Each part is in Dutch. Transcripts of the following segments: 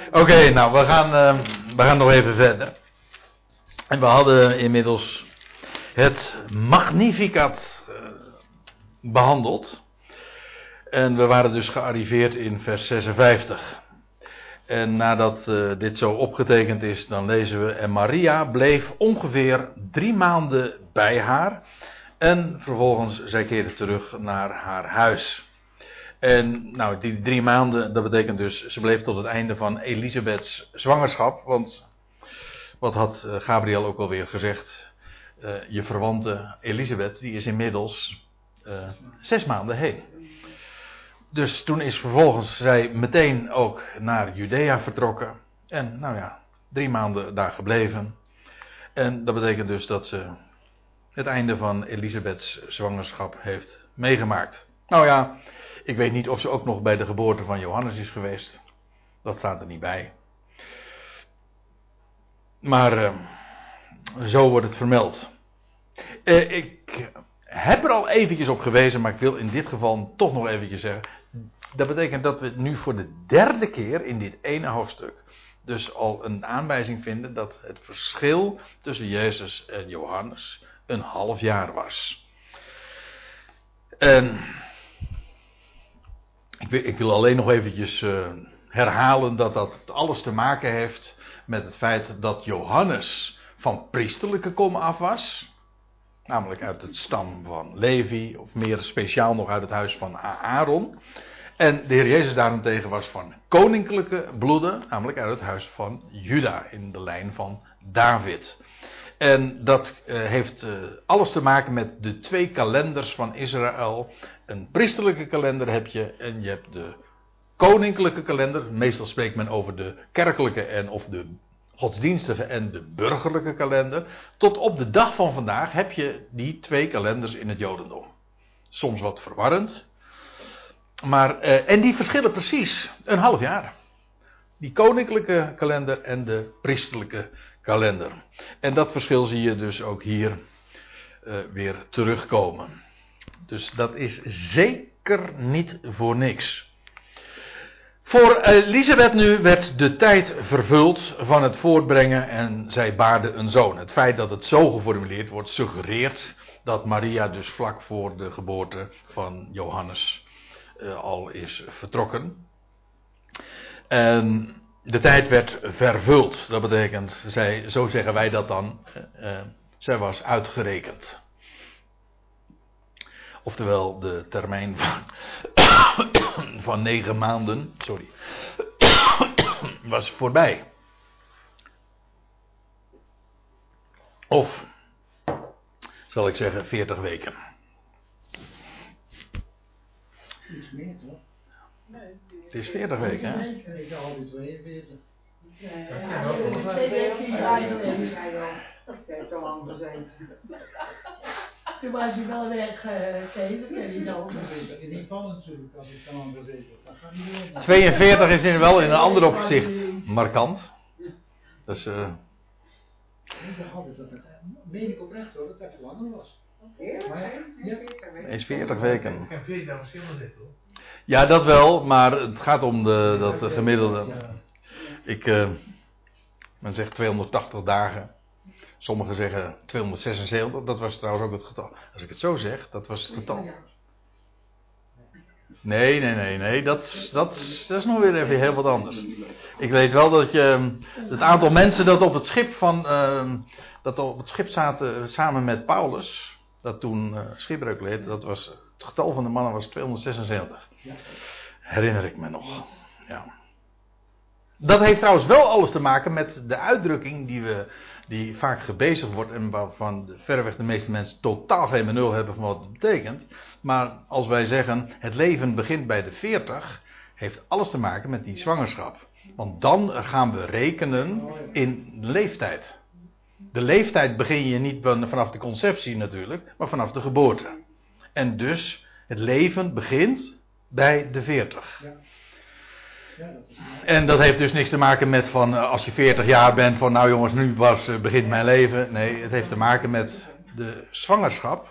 Oké, nou, we gaan nog even verder. En we hadden inmiddels het Magnificat behandeld. En we waren dus gearriveerd in vers 56. En nadat dit zo opgetekend is, dan lezen we: En Maria bleef ongeveer 3 maanden bij haar. En vervolgens, zij keerde terug naar haar huis. En nou, die 3 maanden, dat betekent dus, ze bleef tot het einde van Elisabeths zwangerschap. Want, wat had Gabriel ook alweer gezegd? Je verwante Elisabeth, die is inmiddels 6 maanden heen. Dus toen is vervolgens zij meteen ook naar Judea vertrokken. En nou ja, 3 maanden daar gebleven. En dat betekent dus dat ze het einde van Elisabeths zwangerschap heeft meegemaakt. Nou ja, ik weet niet of ze ook nog bij de geboorte van Johannes is geweest. Dat staat er niet bij. Maar zo wordt het vermeld. Ik heb er al eventjes op gewezen, maar ik wil in dit geval toch nog eventjes zeggen. Dat betekent dat we nu voor de 3e keer in dit ene hoofdstuk dus al een aanwijzing vinden dat het verschil tussen Jezus en Johannes een half jaar was. En ik wil alleen nog eventjes herhalen dat dat alles te maken heeft met het feit dat Johannes van priesterlijke kom af was. Namelijk uit het stam van Levi, of meer speciaal nog uit het huis van Aaron. En de Heer Jezus daarentegen was van koninklijke bloeden, namelijk uit het huis van Juda, in de lijn van David. En dat heeft alles te maken met de 2 kalenders van Israël. Een priesterlijke kalender heb je en je hebt de koninklijke kalender. Meestal spreekt men over de kerkelijke en of de godsdienstige en de burgerlijke kalender. Tot op de dag van vandaag heb je die 2 kalenders in het Jodendom. Soms wat verwarrend. Maar, en die verschillen precies een half jaar. Die koninklijke kalender en de priesterlijke kalender. En dat verschil zie je dus ook hier weer terugkomen. Dus dat is zeker niet voor niks. Voor Elisabeth nu werd de tijd vervuld van het voortbrengen en zij baarde een zoon. Het feit dat het zo geformuleerd wordt suggereert dat Maria dus vlak voor de geboorte van Johannes al is vertrokken. En de tijd werd vervuld. Dat betekent, zo zeggen wij dat dan, zij was uitgerekend. Oftewel de termijn van 9 maanden, was voorbij. Of, zal ik zeggen, 40 weken. Iets meer toch? Het is 40 weken, hè? Ik had al die 42. Nee, 2 weken hieruit geweest. Ik heb te lang gezeten. Toen was hij wel weg, Kees, dat ken je zo. Dat weet ik niet van natuurlijk, als ik te lang gezeten heb. Dat gaat niet doen. 42 is wel in een ander opzicht markant. Dus, Ik dacht altijd dat het, meen ik oprecht hoor, dat het echt langer was. Maar ja, is 40 weken. Ik heb 40 dagen verschil met dit hoor. Ja, dat wel, maar het gaat om dat gemiddelde. Men zegt 280 dagen. Sommigen zeggen 276. Dat was trouwens ook het getal. Als ik het zo zeg, dat was het getal. Nee. Dat is nog weer even heel wat anders. Ik weet wel dat het aantal mensen dat op het schip zaten samen met Paulus, dat toen schipbreuk leed, dat was het getal van de mannen was 276. Herinner ik me nog. Ja. Dat heeft trouwens wel alles te maken met de uitdrukking die vaak gebezigd wordt en waarvan verreweg de meeste mensen totaal geen benul hebben van wat het betekent. Maar als wij zeggen het leven begint bij de 40, heeft alles te maken met die zwangerschap. Want dan gaan we rekenen in leeftijd. De leeftijd begin je niet vanaf de conceptie natuurlijk, maar vanaf de geboorte. En dus het leven begint bij de 40. En dat heeft dus niks te maken met van als je 40 jaar bent van nou jongens nu begint mijn leven. Nee, het heeft te maken met de zwangerschap.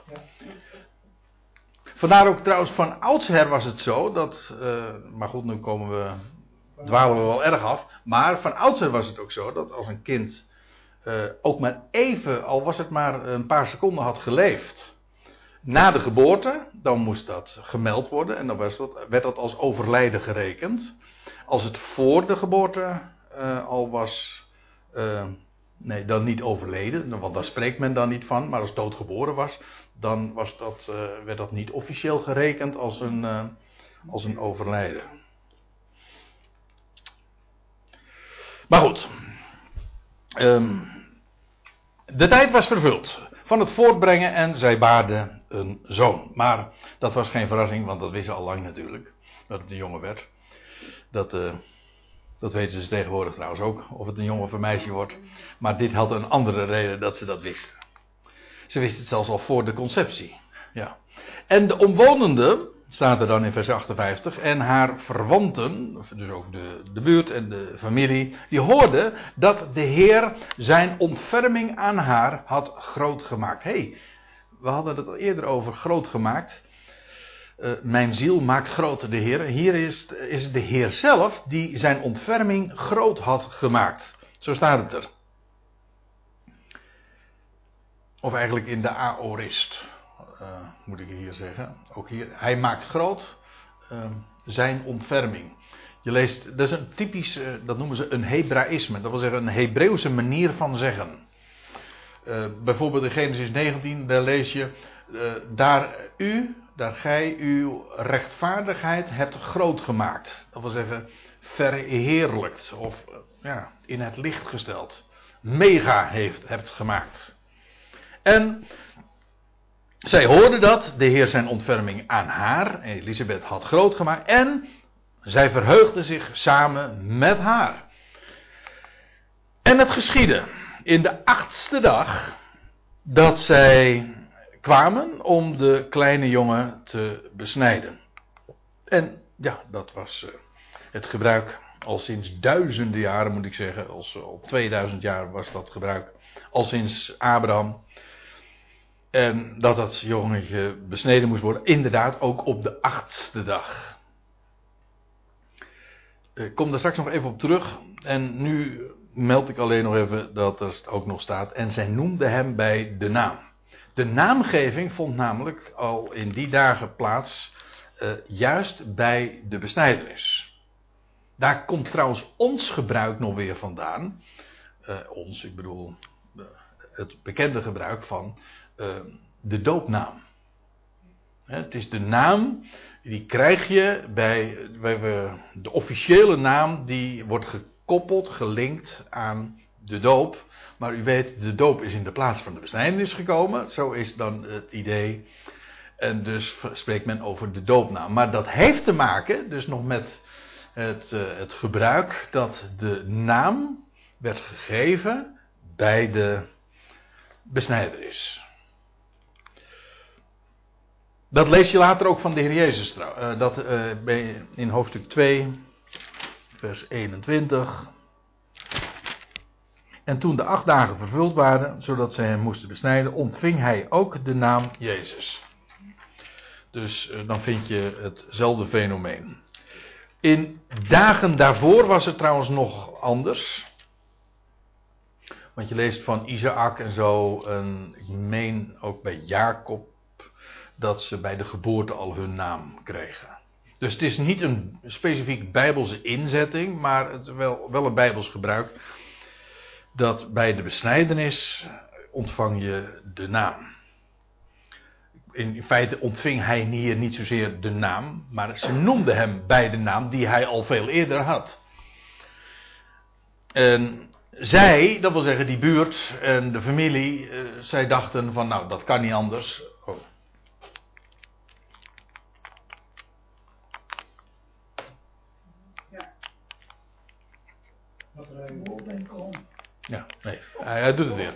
Vandaar ook trouwens van oudsher was het zo dat, maar goed nu komen we dwalen we wel erg af. Maar van oudsher was het ook zo dat als een kind ook maar even, al was het maar een paar seconden, had geleefd na de geboorte, dan moest dat gemeld worden en dan werd dat als overlijden gerekend. Als het voor de geboorte al was, nee, dan niet overleden, want daar spreekt men dan niet van, maar als doodgeboren was, dan werd dat niet officieel gerekend als een overlijden. Maar goed, de tijd was vervuld van het voortbrengen en zij baarde een zoon. Maar dat was geen verrassing, want dat wisten ze al lang natuurlijk, dat het een jongen werd. Dat weten ze tegenwoordig trouwens ook, of het een jongen of een meisje wordt. Maar dit had een andere reden dat ze dat wisten. Ze wisten het zelfs al voor de conceptie. Ja. En de omwonenden, staat er dan in vers 58, en haar verwanten, dus ook de buurt en de familie, die hoorden dat de Heer zijn ontferming aan haar had groot gemaakt. We hadden het al eerder over groot gemaakt. Mijn ziel maakt groot de Heer. Hier is het de Heer zelf die zijn ontferming groot had gemaakt. Zo staat het er. Of eigenlijk in de aorist, moet ik hier zeggen. Ook hier, hij maakt groot zijn ontferming. Je leest, dat is een typisch, dat noemen ze een Hebraïsme. Dat wil zeggen een Hebreeuwse manier van zeggen. Bijvoorbeeld in Genesis 19, daar lees je, daar gij uw rechtvaardigheid hebt groot gemaakt. Dat wil zeggen verheerlijkt of in het licht gesteld. Mega hebt gemaakt. En zij hoorde dat, de Heer zijn ontferming aan haar, Elisabeth, had groot gemaakt. En zij verheugde zich samen met haar. En het geschiedde in de 8e dag dat zij kwamen om de kleine jongen te besnijden. En ja, dat was het gebruik al sinds duizenden jaren, moet ik zeggen. Al 2000 jaar was dat gebruik. Al sinds Abraham. En dat jongetje besneden moest worden. Inderdaad ook op de 8e dag. Ik kom daar straks nog even op terug. En nu meld ik alleen nog even dat er ook nog staat. En zij noemde hem bij de naam. De naamgeving vond namelijk al in die dagen plaats. Juist bij de besnijdenis. Daar komt trouwens ons gebruik nog weer vandaan. Ik bedoel het bekende gebruik van de doopnaam. Het is de naam, die krijg je bij de officiële naam, die wordt gekoppeld, gelinkt aan de doop. Maar u weet, de doop is in de plaats van de besnijdenis gekomen. Zo is dan het idee. En dus spreekt men over de doopnaam. Maar dat heeft te maken dus nog met het gebruik dat de naam werd gegeven bij de besnijdenis. Dat lees je later ook van de Heer Jezus. In hoofdstuk 2, vers 21. En toen de 8 dagen vervuld waren, zodat zij hem moesten besnijden, ontving hij ook de naam Jezus. Dus dan vind je hetzelfde fenomeen. In dagen daarvoor was het trouwens nog anders. Want je leest van Isaac en zo, en ik meen ook bij Jacob, dat ze bij de geboorte al hun naam kregen. Dus het is niet een specifiek Bijbelse inzetting, maar het wel een Bijbels gebruik. Dat bij de besnijdenis ontvang je de naam. In feite ontving hij hier niet zozeer de naam, maar ze noemden hem bij de naam die hij al veel eerder had. En zij, dat wil zeggen die buurt en de familie, zij dachten van nou dat kan niet anders. Oh. Ja, nee, hij doet het weer.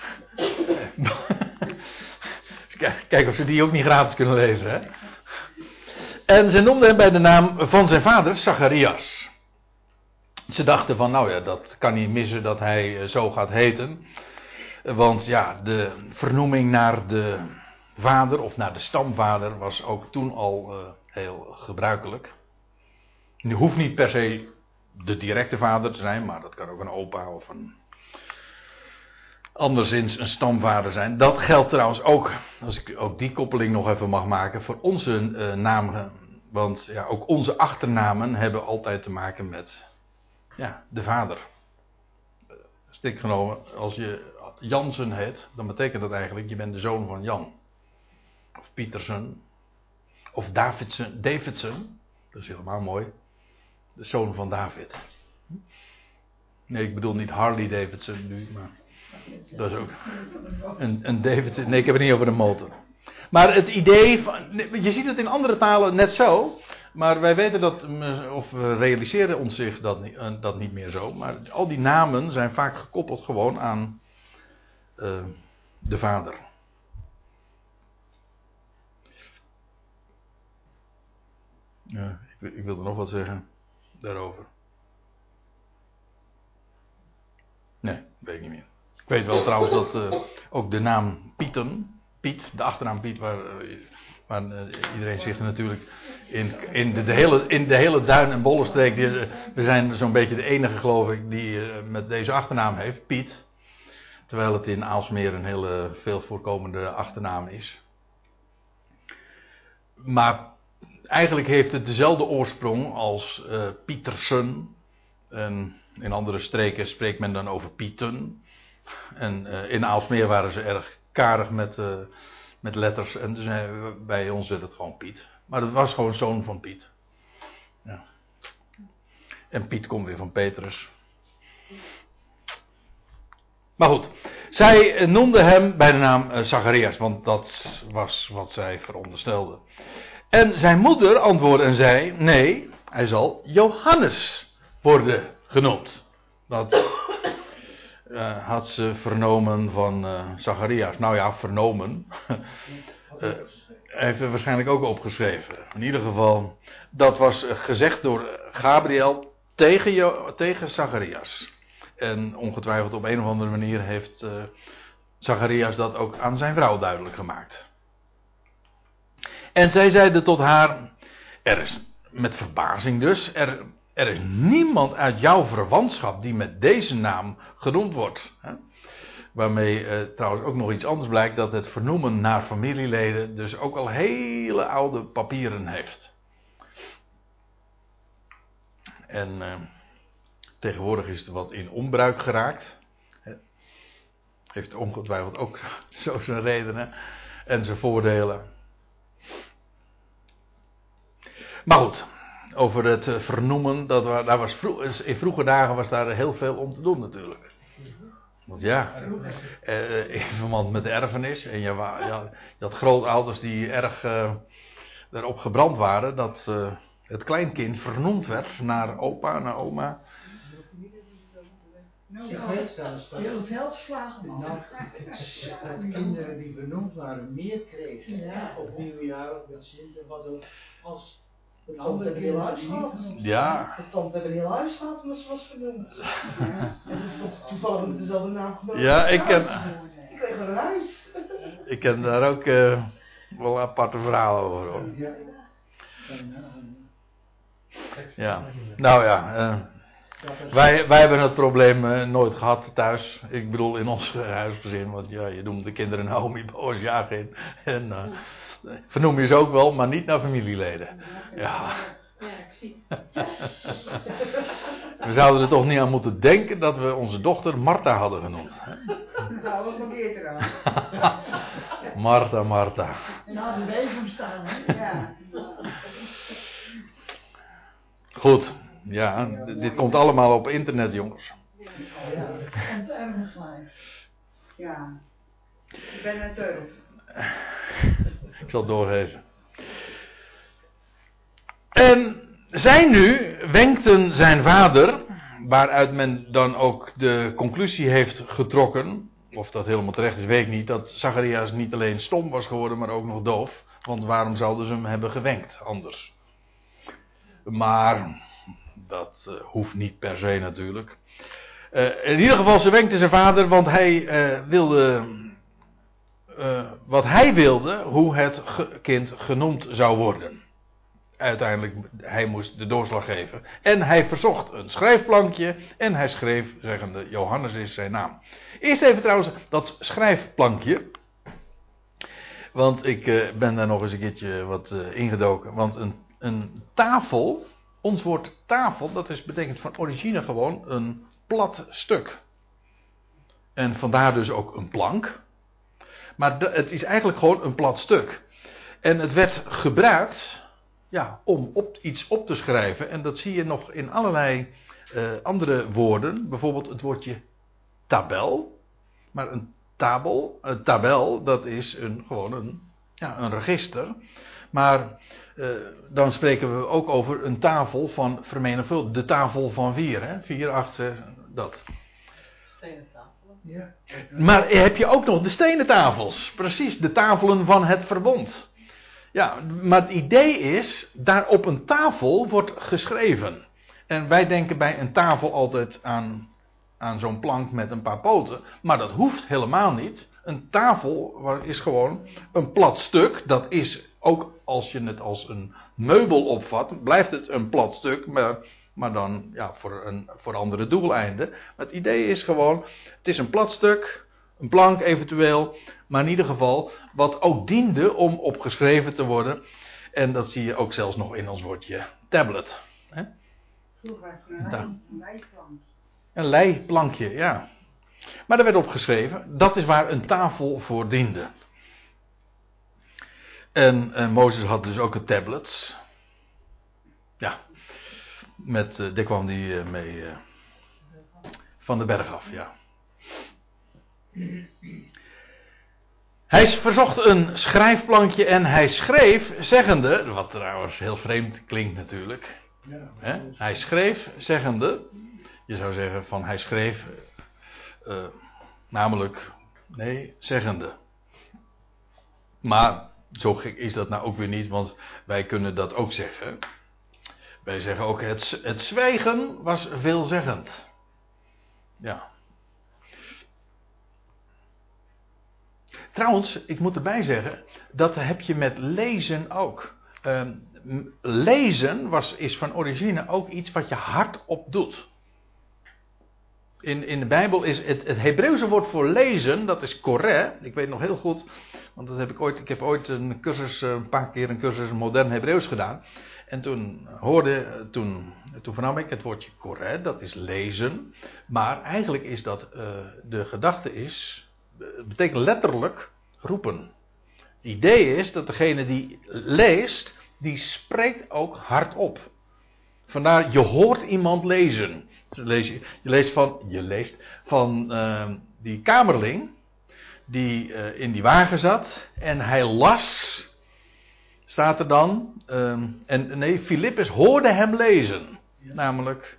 Kijk of ze die ook niet gratis kunnen lezen, hè. En ze noemden hem bij de naam van zijn vader, Zacharias. Ze dachten van, nou ja, dat kan niet missen dat hij zo gaat heten. Want ja, de vernoeming naar de vader of naar de stamvader was ook toen al heel gebruikelijk. Nu hoeft niet per se de directe vader zijn, maar dat kan ook een opa of anderszins een stamvader zijn. Dat geldt trouwens ook, als ik ook die koppeling nog even mag maken, voor onze namen. Want ja, ook onze achternamen hebben altijd te maken met de vader. Stik genomen, als je Jansen heet, dan betekent dat eigenlijk, je bent de zoon van Jan. Of Pietersen. Of Davidson. Dat is helemaal mooi. De zoon van David. Nee, ik bedoel niet Harley Davidson nu, maar dat is ook een Davidson. Nee, ik heb het niet over de motor. Maar het idee van, je ziet het in andere talen net zo, maar wij weten dat, of we realiseren ons zich dat niet meer zo. Maar al die namen zijn vaak gekoppeld gewoon aan de vader. Ja, ik wilde nog wat zeggen daarover. Nee, weet ik niet meer. Ik weet wel trouwens dat ook de naam Piet, de achternaam Piet, waar iedereen zich natuurlijk in de hele Duin- en Bollenstreek, we zijn zo'n beetje de enige, geloof ik, die met deze achternaam heeft, Piet. Terwijl het in Aalsmeer een hele veel voorkomende achternaam is. Maar eigenlijk heeft het dezelfde oorsprong als Pietersen. En in andere streken spreekt men dan over Pieten. En in Aalsmeer waren ze erg karig met letters. En dus bij ons werd het gewoon Piet. Maar het was gewoon zoon van Piet. Ja. En Piet komt weer van Petrus. Maar goed. Zij noemde hem bij de naam Zacharias. Want dat was wat zij veronderstelde. En zijn moeder antwoordde en zei: nee, hij zal Johannes worden genoemd. Dat had ze vernomen van Zacharias. Nou ja, vernomen. Heeft hij waarschijnlijk ook opgeschreven. In ieder geval, dat was gezegd door Gabriel tegen Zacharias. En ongetwijfeld op een of andere manier heeft Zacharias dat ook aan zijn vrouw duidelijk gemaakt. En zij zeide tot haar, er is, met verbazing dus, er is niemand uit jouw verwantschap die met deze naam genoemd wordt. Hè? Waarmee trouwens ook nog iets anders blijkt, dat het vernoemen naar familieleden dus ook al hele oude papieren heeft. En tegenwoordig is het wat in onbruik geraakt. Heeft ongetwijfeld ook zo zijn redenen en zijn voordelen. Maar goed, over het vernoemen, in vroege dagen was daar heel veel om te doen natuurlijk. Want ja, in verband met de erfenis, en je had grootouders die erg erop gebrand waren dat het kleinkind vernoemd werd naar opa, naar oma. Heel veel slagen man. Dat kinderen die vernoemd waren meer kregen op nieuwjaar of met Sint en wat ook, als een andere kinderen die niet. Ja. De tante hebben een heel huis gehad, maar ze was vernoemd. En dat stond toevallig met dezelfde naam genomen. Ja, ik kreeg wel een huis. Ik ken daar ook wel aparte verhalen over hoor. Ja, nou ja. Wij hebben het probleem nooit gehad thuis. Ik bedoel in ons huisgezin. Want ja, je noemt de kinderen Naomi, Boas, Jagin. En vernoem je ze ook wel, maar niet naar familieleden. Ja. Ja, ik zie. We zouden er toch niet aan moeten denken dat we onze dochter Martha hadden genoemd. Nou, wat mankeert er aan? Martha. En hadden we even staan, hè? Ja. Goed. Ja, dit komt allemaal op internet, jongens. Ja, komt ergens gelijk. Ja. Ik ben een turf. Ik zal het doorgeven. En zij nu wenkten zijn vader, waaruit men dan ook de conclusie heeft getrokken, of dat helemaal terecht is, weet ik niet, dat Zacharias niet alleen stom was geworden, maar ook nog doof. Want waarom zouden ze hem hebben gewenkt anders? Maar dat hoeft niet per se natuurlijk. In ieder geval, ze wenkte zijn vader, want hij wilde wat hij wilde, hoe het kind genoemd zou worden. uiteindelijk, hij moest de doorslag geven. En hij verzocht een schrijfplankje en hij schreef, zeggende, Johannes is zijn naam. Eerst even trouwens dat schrijfplankje. Want ik ben daar nog eens een keertje wat ingedoken. Want een tafel, ons woord tafel, dat betekent van origine gewoon een plat stuk. En vandaar dus ook een plank. Maar het is eigenlijk gewoon een plat stuk. En het werd gebruikt om iets op te schrijven. En dat zie je nog in allerlei andere woorden. Bijvoorbeeld het woordje tabel. Maar een tabel, dat is gewoon een register. Maar dan spreken we ook over een tafel van vermenigvuldiging. De tafel van 4, hè? 4, 8, dat. Stenen tafel. Ja. Maar heb je ook nog de stenen tafels. Precies, de tafelen van het verbond. Ja, maar het idee is, daar op een tafel wordt geschreven. En wij denken bij een tafel altijd aan zo'n plank met een paar poten. Maar dat hoeft helemaal niet. Een tafel is gewoon een plat stuk. Dat is ook als je het als een meubel opvat, blijft het een plat stuk. Maar dan voor andere doeleinden. Maar het idee is gewoon, het is een plat stuk, een plank eventueel. Maar in ieder geval, wat ook diende om opgeschreven te worden. En dat zie je ook zelfs nog in ons woordje tablet. Hè? Vroeger een lijplank. Een leiplankje, ja. Maar daar werd op geschreven. Dat is waar een tafel voor diende. En Mozes had dus ook een tablet. Ja. Daar kwam hij mee van de berg af, ja. Hij verzocht een schrijfplankje en hij schreef zeggende, wat trouwens heel vreemd klinkt natuurlijk. Ja, Hij schreef zeggende, je zou zeggen van hij schreef, zeggende. Maar zo gek is dat nou ook weer niet, want wij kunnen dat ook zeggen. Wij zeggen ook het zwijgen was veelzeggend. Ja. Trouwens, ik moet erbij zeggen, dat heb je met lezen ook. Lezen is van origine ook iets wat je hardop doet. In de Bijbel is het Hebreeuwse woord voor lezen, dat is koré. Ik weet nog heel goed, want dat heb ik heb ooit een paar keer een cursus modern Hebreeuws gedaan. En toen vernam ik het woordje koré, dat is lezen. Maar eigenlijk is dat, de gedachte is, het betekent letterlijk roepen. Het idee is dat degene die leest, die spreekt ook hardop. Vandaar, je hoort iemand lezen. Je leest van die kamerling die in die wagen zat en hij las, staat er dan, Filippus hoorde hem lezen. Ja. Namelijk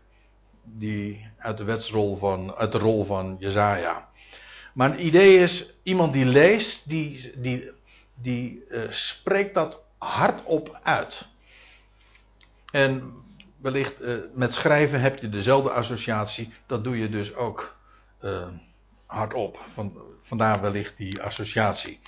uit de rol van Jesaja. Maar het idee is, iemand die leest, die spreekt dat hardop uit. En wellicht met schrijven heb je dezelfde associatie. Dat doe je dus ook hardop. Vandaar wellicht die associatie.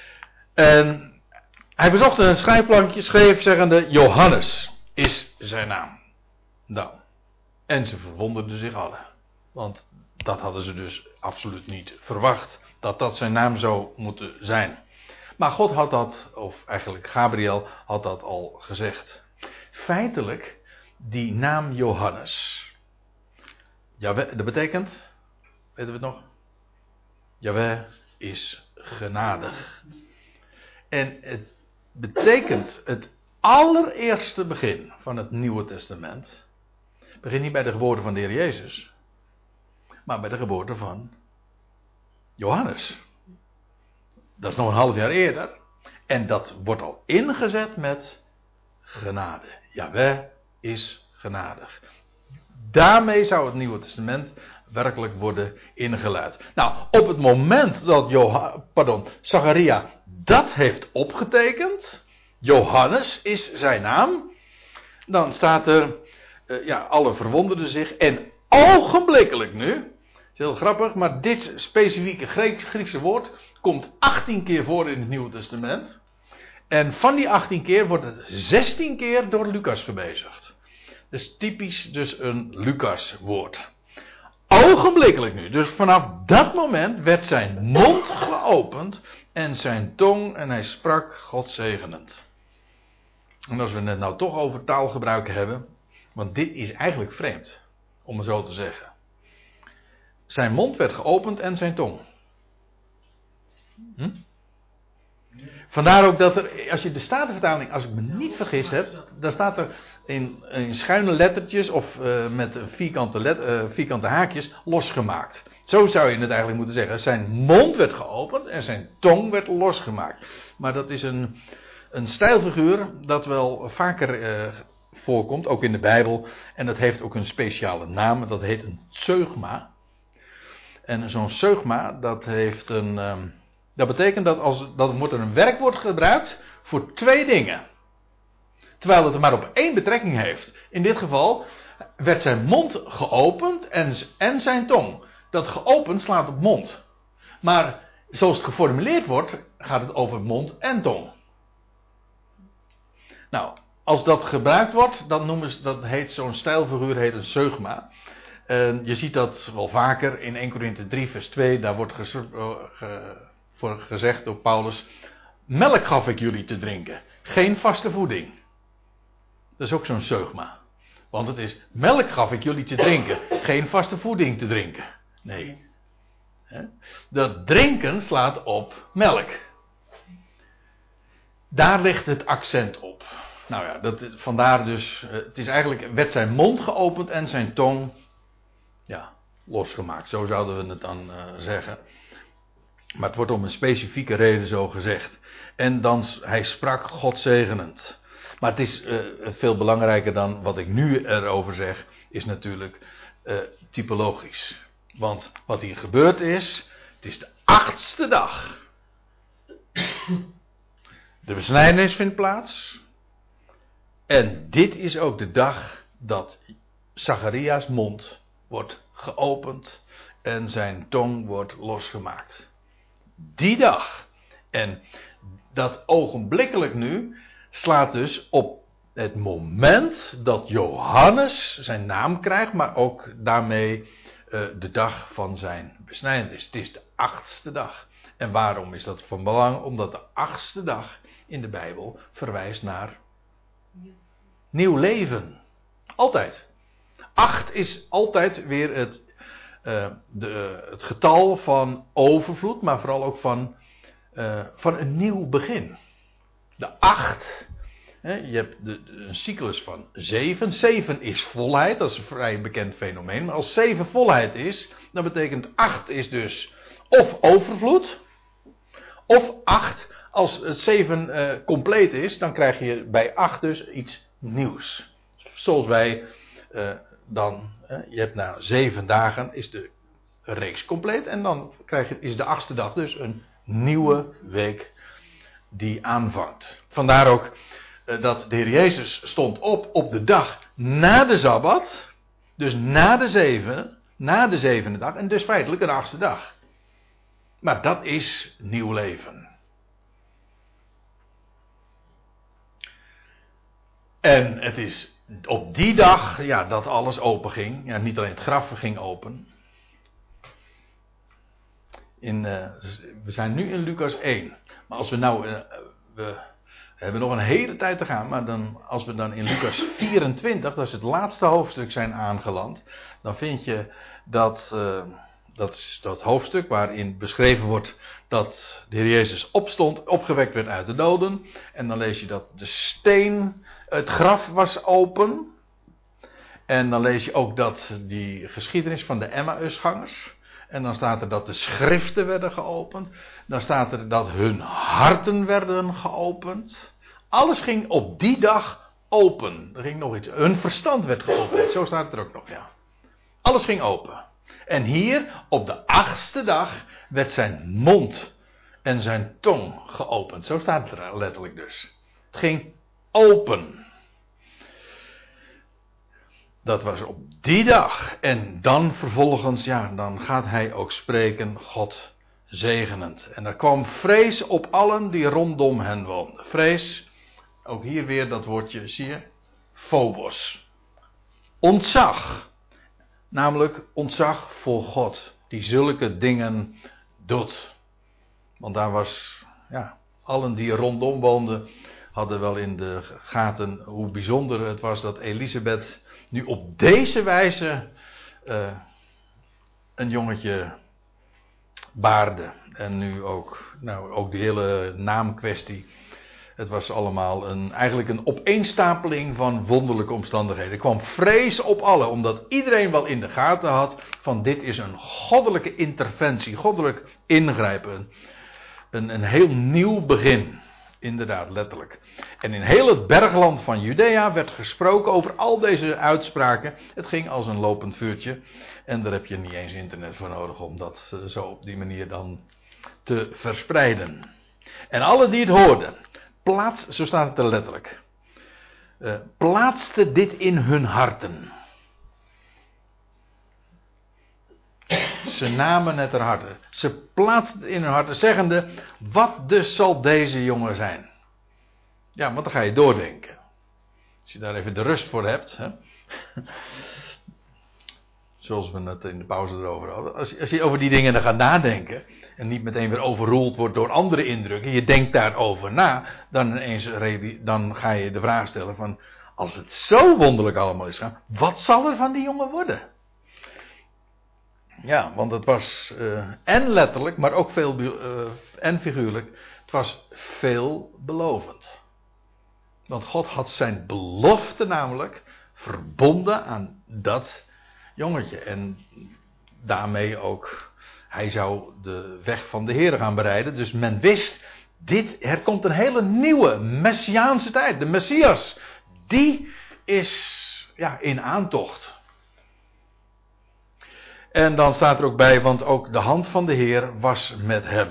En hij bezocht een schrijfplankje, schreef zeggende, Johannes is zijn naam. Nou, en ze verwonderden zich allen. Want dat hadden ze dus absoluut niet verwacht. Dat zijn naam zou moeten zijn. Maar God had dat, of eigenlijk Gabriel had dat al gezegd. Feitelijk, die naam Johannes. Jaweh, dat betekent, weten we het nog? Jaweh is genadig. En het betekent het allereerste begin van het Nieuwe Testament. Begint niet bij de geboorte van de Heer Jezus. Maar bij de geboorte van Johannes. Dat is nog een half jaar eerder. En dat wordt al ingezet met genade. Jaweh is genadig. Daarmee zou het Nieuwe Testament werkelijk worden ingeluid. Nou, op het moment dat Zacharia dat heeft opgetekend, Johannes is zijn naam, dan staat er, alle verwonderden zich en ogenblikkelijk nu, is heel grappig, maar dit specifieke Griekse woord komt 18 keer voor in het Nieuwe Testament. En van die 18 keer wordt het 16 keer door Lucas gebezigd. Dus typisch dus een Lucas woord. Ogenblikkelijk nu. Dus vanaf dat moment werd zijn mond geopend en zijn tong en hij sprak God zegenend. En als we het nou toch over taalgebruik hebben, want dit is eigenlijk vreemd, om het zo te zeggen. Zijn mond werd geopend en zijn tong. Vandaar ook dat er, als je de Statenvertaling, als ik me niet vergis heb, dan staat er in schuine lettertjes of met vierkante haakjes losgemaakt. Zo zou je het eigenlijk moeten zeggen. Zijn mond werd geopend en zijn tong werd losgemaakt. Maar dat is een stijlfiguur dat wel vaker voorkomt, ook in de Bijbel. En dat heeft ook een speciale naam, dat heet een zeugma. En zo'n zeugma, dat heeft dat betekent dat wordt er een werkwoord gebruikt voor twee dingen. Terwijl het er maar op één betrekking heeft. In dit geval werd zijn mond geopend en zijn tong. Dat geopend slaat op mond. Maar zoals het geformuleerd wordt, gaat het over mond en tong. Nou, als dat gebruikt wordt, dan heet zo'n stijlfiguur heet een zeugma. Je ziet dat wel vaker in 1 Korinthe 3 vers 2, daar wordt gezegd door Paulus: melk gaf ik jullie te drinken, geen vaste voeding. Dat is ook zo'n zeugma. Want het is: melk gaf ik jullie te drinken, geen vaste voeding te drinken. Nee. Dat drinken slaat op melk. Daar ligt het accent op. Nou ja, vandaar dus, het is eigenlijk, werd zijn mond geopend en zijn tong, losgemaakt. Zo zouden we het dan zeggen. Maar het wordt om een specifieke reden zo gezegd. En dan, hij sprak God zegenend. Maar het is veel belangrijker dan wat ik nu erover zeg, is natuurlijk typologisch. Want wat hier gebeurd is, het is de 8e dag. De besnijdenis vindt plaats. En dit is ook de dag dat Zacharias' mond wordt geopend en zijn tong wordt losgemaakt. Die dag. En dat ogenblikkelijk nu slaat dus op het moment dat Johannes zijn naam krijgt, maar ook daarmee de dag van zijn besnijdenis. Het is de 8e dag. En waarom is dat van belang? Omdat de 8e dag in de Bijbel verwijst naar nieuw leven. Altijd. 8 is altijd weer het getal van overvloed, maar vooral ook van een nieuw begin. De 8, je hebt een cyclus van 7. 7 is volheid, dat is een vrij bekend fenomeen. Maar als 7 volheid is, dan betekent 8 is dus of overvloed, of 8, als het 7 compleet is, dan krijg je bij 8 dus iets nieuws. Zoals wij je hebt na 7 dagen is de reeks compleet en dan is de 8e dag dus een nieuwe week die aanvangt. Vandaar ook dat de Heer Jezus stond op de dag na de Sabbat, dus na de 7e dag en dus feitelijk een 8e dag. Maar dat is nieuw leven. En het is op die dag dat alles open ging. Ja, niet alleen het graf ging open. We zijn nu in Lucas 1. Maar als we we hebben nog een hele tijd te gaan. Maar als we dan in Lucas 24, dat is het laatste hoofdstuk, zijn aangeland. Dan vind je dat is dat hoofdstuk waarin beschreven wordt dat de Heer Jezus opstond, opgewekt werd uit de doden. En dan lees je dat het graf was open. En dan lees je ook dat die geschiedenis van de Emmausgangers. En dan staat er dat de schriften werden geopend. Dan staat er dat hun harten werden geopend. Alles ging op die dag open. Er ging nog iets. Hun verstand werd geopend. Zo staat het er ook nog, ja. Alles ging open. En hier, op de 8e dag, werd zijn mond en zijn tong geopend. Zo staat het er letterlijk dus. Het ging open. Dat was op die dag. En dan vervolgens, dan gaat hij ook spreken: God zegenend. En er kwam vrees op allen die rondom hen woonden. Vrees, ook hier weer dat woordje, zie je? Phobos. Ontzag. Namelijk ontzag voor God, die zulke dingen doet. Want daar was, allen die er rondom woonden, hadden wel in de gaten hoe bijzonder het was dat Elisabeth nu op deze wijze een jongetje baarde. En nu ook die hele naamkwestie. Het was allemaal eigenlijk een opeenstapeling van wonderlijke omstandigheden. Er kwam vrees op allen, omdat iedereen wel in de gaten had van dit is een goddelijke interventie, goddelijk ingrijpen. Een heel nieuw begin. Inderdaad, letterlijk. En in heel het bergland van Judea werd gesproken over al deze uitspraken. Het ging als een lopend vuurtje. En daar heb je niet eens internet voor nodig om dat zo op die manier dan te verspreiden. En alle die het hoorden, zo staat het er letterlijk, plaatste dit in hun harten. Ze namen het ter harte. Ze plaatsten het in hun harten, zeggende, wat dus zal deze jongen zijn? Ja, want dan ga je doordenken. Als je daar even de rust voor hebt. Hè? Zoals we het in de pauze erover hadden. Als je over die dingen dan gaat nadenken. En niet meteen weer overroeld wordt door andere indrukken. Je denkt daarover na. Dan ga je de vraag stellen van. Als het zo wonderlijk allemaal is gaan. Wat zal er van die jongen worden? Ja, want het was en letterlijk, maar ook en figuurlijk. Het was veelbelovend. Want God had zijn belofte namelijk verbonden aan dat jongetje. En daarmee ook, hij zou de weg van de Heer gaan bereiden. Dus men wist, er komt een hele nieuwe Messiaanse tijd. De Messias, die is in aantocht. En dan staat er ook bij, want ook de hand van de Heer was met hem.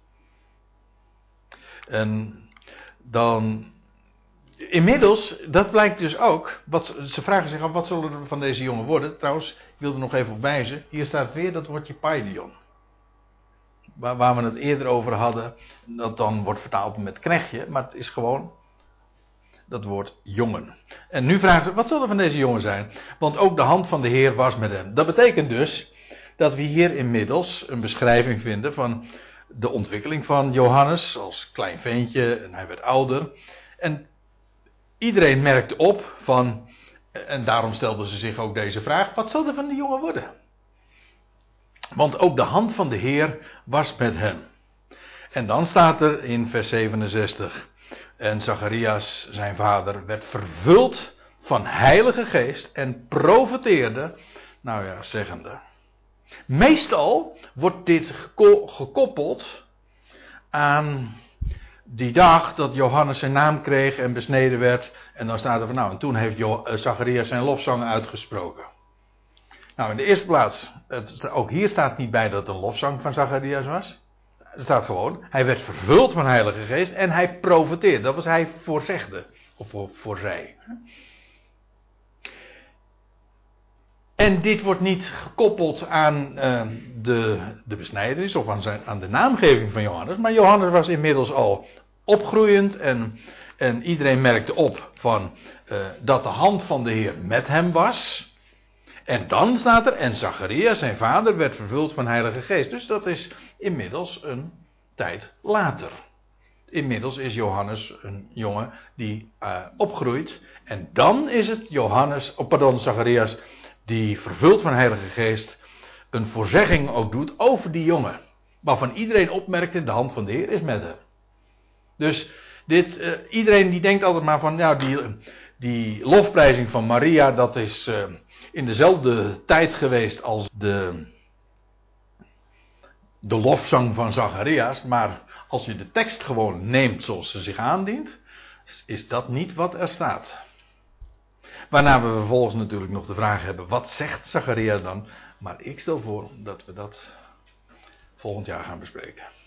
En dan, inmiddels, dat blijkt dus ook, ze vragen zich af, wat zullen er van deze jongen worden? Trouwens, ik wil er nog even op wijzen, hier staat weer dat woordje Paidion. Waar we het eerder over hadden, dat dan wordt vertaald met knechtje, maar het is gewoon dat woord jongen. En nu vragen ze, wat zal er van deze jongen zijn? Want ook de hand van de Heer was met hem. Dat betekent dus dat we hier inmiddels een beschrijving vinden van de ontwikkeling van Johannes als klein ventje en hij werd ouder. En iedereen merkte op van, en daarom stelden ze zich ook deze vraag, wat zal er van die jongen worden? Want ook de hand van de Heer was met hem. En dan staat er in vers 67... En Zacharias, zijn vader, werd vervuld van Heilige Geest en profeteerde, zeggende. Meestal wordt dit gekoppeld aan die dag dat Johannes zijn naam kreeg en besneden werd. En dan staat er van, en toen heeft Zacharias zijn lofzangen uitgesproken. Nou, in de eerste plaats, ook hier staat niet bij dat het een lofzang van Zacharias was. Er staat gewoon, hij werd vervuld van de Heilige Geest en hij profeteerde. Dat was hij voorzegde, of voorzei. En dit wordt niet gekoppeld aan de besnijdenis of aan de naamgeving van Johannes. Maar Johannes was inmiddels al opgroeiend en iedereen merkte op van dat de hand van de Heer met hem was. En dan staat er, en Zacharias, zijn vader, werd vervuld van de Heilige Geest. Dus dat is inmiddels een tijd later. Inmiddels is Johannes een jongen die opgroeit. En dan is het Zacharias, die vervuld van de Heilige Geest een voorzegging ook doet over die jongen. Waarvan iedereen opmerkte, de hand van de Heer is met hem. Dus iedereen die denkt altijd maar van, die lofprijzing van Maria, dat is in dezelfde tijd geweest als de lofzang van Zacharias. Maar als je de tekst gewoon neemt zoals ze zich aandient, is dat niet wat er staat. Waarna we vervolgens natuurlijk nog de vraag hebben, wat zegt Zacharias dan? Maar ik stel voor dat we dat volgend jaar gaan bespreken.